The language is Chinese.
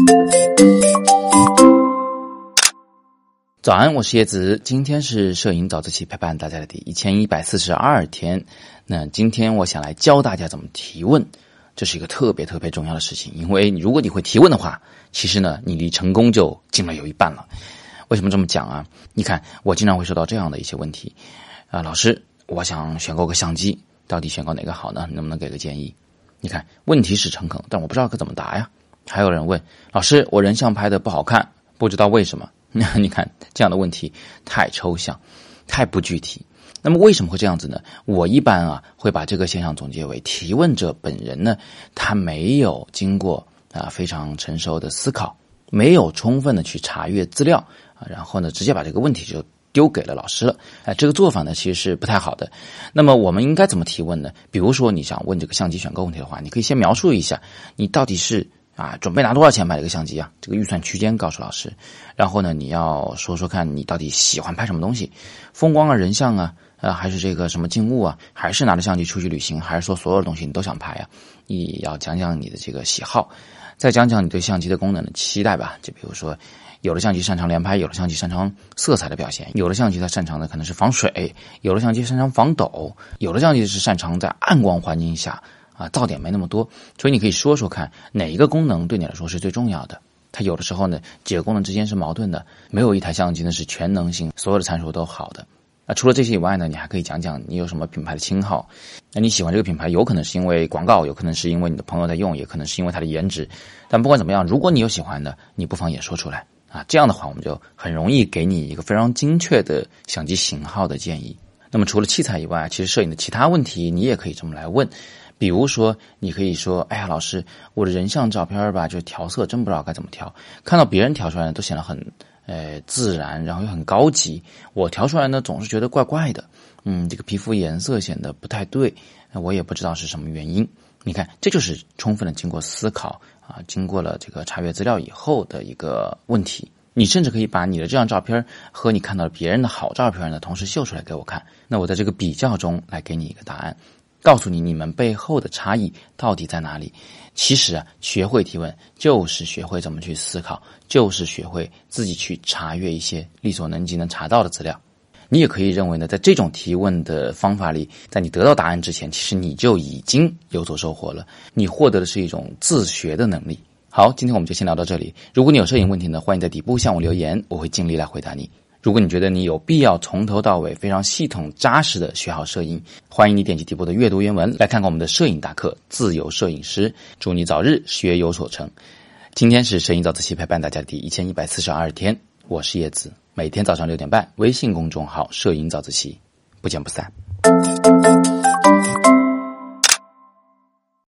早安，我是叶子，今天是摄影早自习陪伴大家的第1142天。那今天我想来教大家怎么提问，这是一个特别重要的事情，因为如果你会提问的话，其实呢，你离成功就近了有一半了。为什么这么讲啊？你看，我经常会收到这样的一些问题老师，我想选购个相机，到底选购哪个好呢？能不能给个建议？你看，问题是诚恳，但我不知道该怎么答呀。还有人问，老师，我人像拍的不好看，不知道为什么。你看，这样的问题太抽象，太不具体。那么为什么会这样子呢？我一般会把这个现象总结为提问者本人呢，他没有经过非常成熟的思考，没有充分的去查阅资料然后呢直接把这个问题就丢给了老师了。这个做法呢其实是不太好的。那么我们应该怎么提问呢？比如说你想问这个相机选购问题的话，你可以先描述一下你到底是准备拿多少钱买这个相机这个预算区间告诉老师。然后呢，你要说说看你到底喜欢拍什么东西，风光人像还是这个什么静物还是拿着相机出去旅行，还是说所有的东西你都想拍你要讲讲你的这个喜好，再讲讲你对相机的功能的期待吧。就比如说，有的相机擅长连拍，有的相机擅长色彩的表现，有的相机它擅长的可能是防水，有的相机擅长防抖，有的相机是擅长在暗光环境下噪点没那么多。所以你可以说说看哪一个功能对你来说是最重要的。它有的时候呢，几个功能之间是矛盾的，没有一台相机呢是全能性，所有的参数都好的。除了这些以外呢，你还可以讲讲你有什么品牌的称号。那你喜欢这个品牌，有可能是因为广告，有可能是因为你的朋友在用，也可能是因为它的颜值。但不管怎么样，如果你有喜欢的，你不妨也说出来这样的话我们就很容易给你一个非常精确的相机型号的建议。那么除了器材以外，其实摄影的其他问题你也可以这么来问。比如说你可以说，哎呀老师，我的人像照片就调色真不知道该怎么调，看到别人调出来的都显得很自然，然后又很高级，我调出来呢总是觉得怪怪的，这个皮肤颜色显得不太对，我也不知道是什么原因。你看，这就是充分的经过思考经过了这个查阅资料以后的一个问题。你甚至可以把你的这张照片和你看到别人的好照片呢同时秀出来给我看，那我在这个比较中来给你一个答案，告诉你们背后的差异到底在哪里。其实学会提问就是学会怎么去思考，就是学会自己去查阅一些力所能及能查到的资料。你也可以认为呢，在这种提问的方法里，在你得到答案之前，其实你就已经有所收获了，你获得的是一种自学的能力。好，今天我们就先聊到这里。如果你有摄影问题呢，欢迎在底部向我留言，我会尽力来回答你。如果你觉得你有必要从头到尾非常系统扎实的学好摄影，欢迎你点击底部的阅读原文来看看我们的摄影大课自由摄影师，祝你早日学有所成。今天是摄影早自习陪伴大家的第1142天，我是叶子，每天早上6点半微信公众号摄影早自习，不见不散。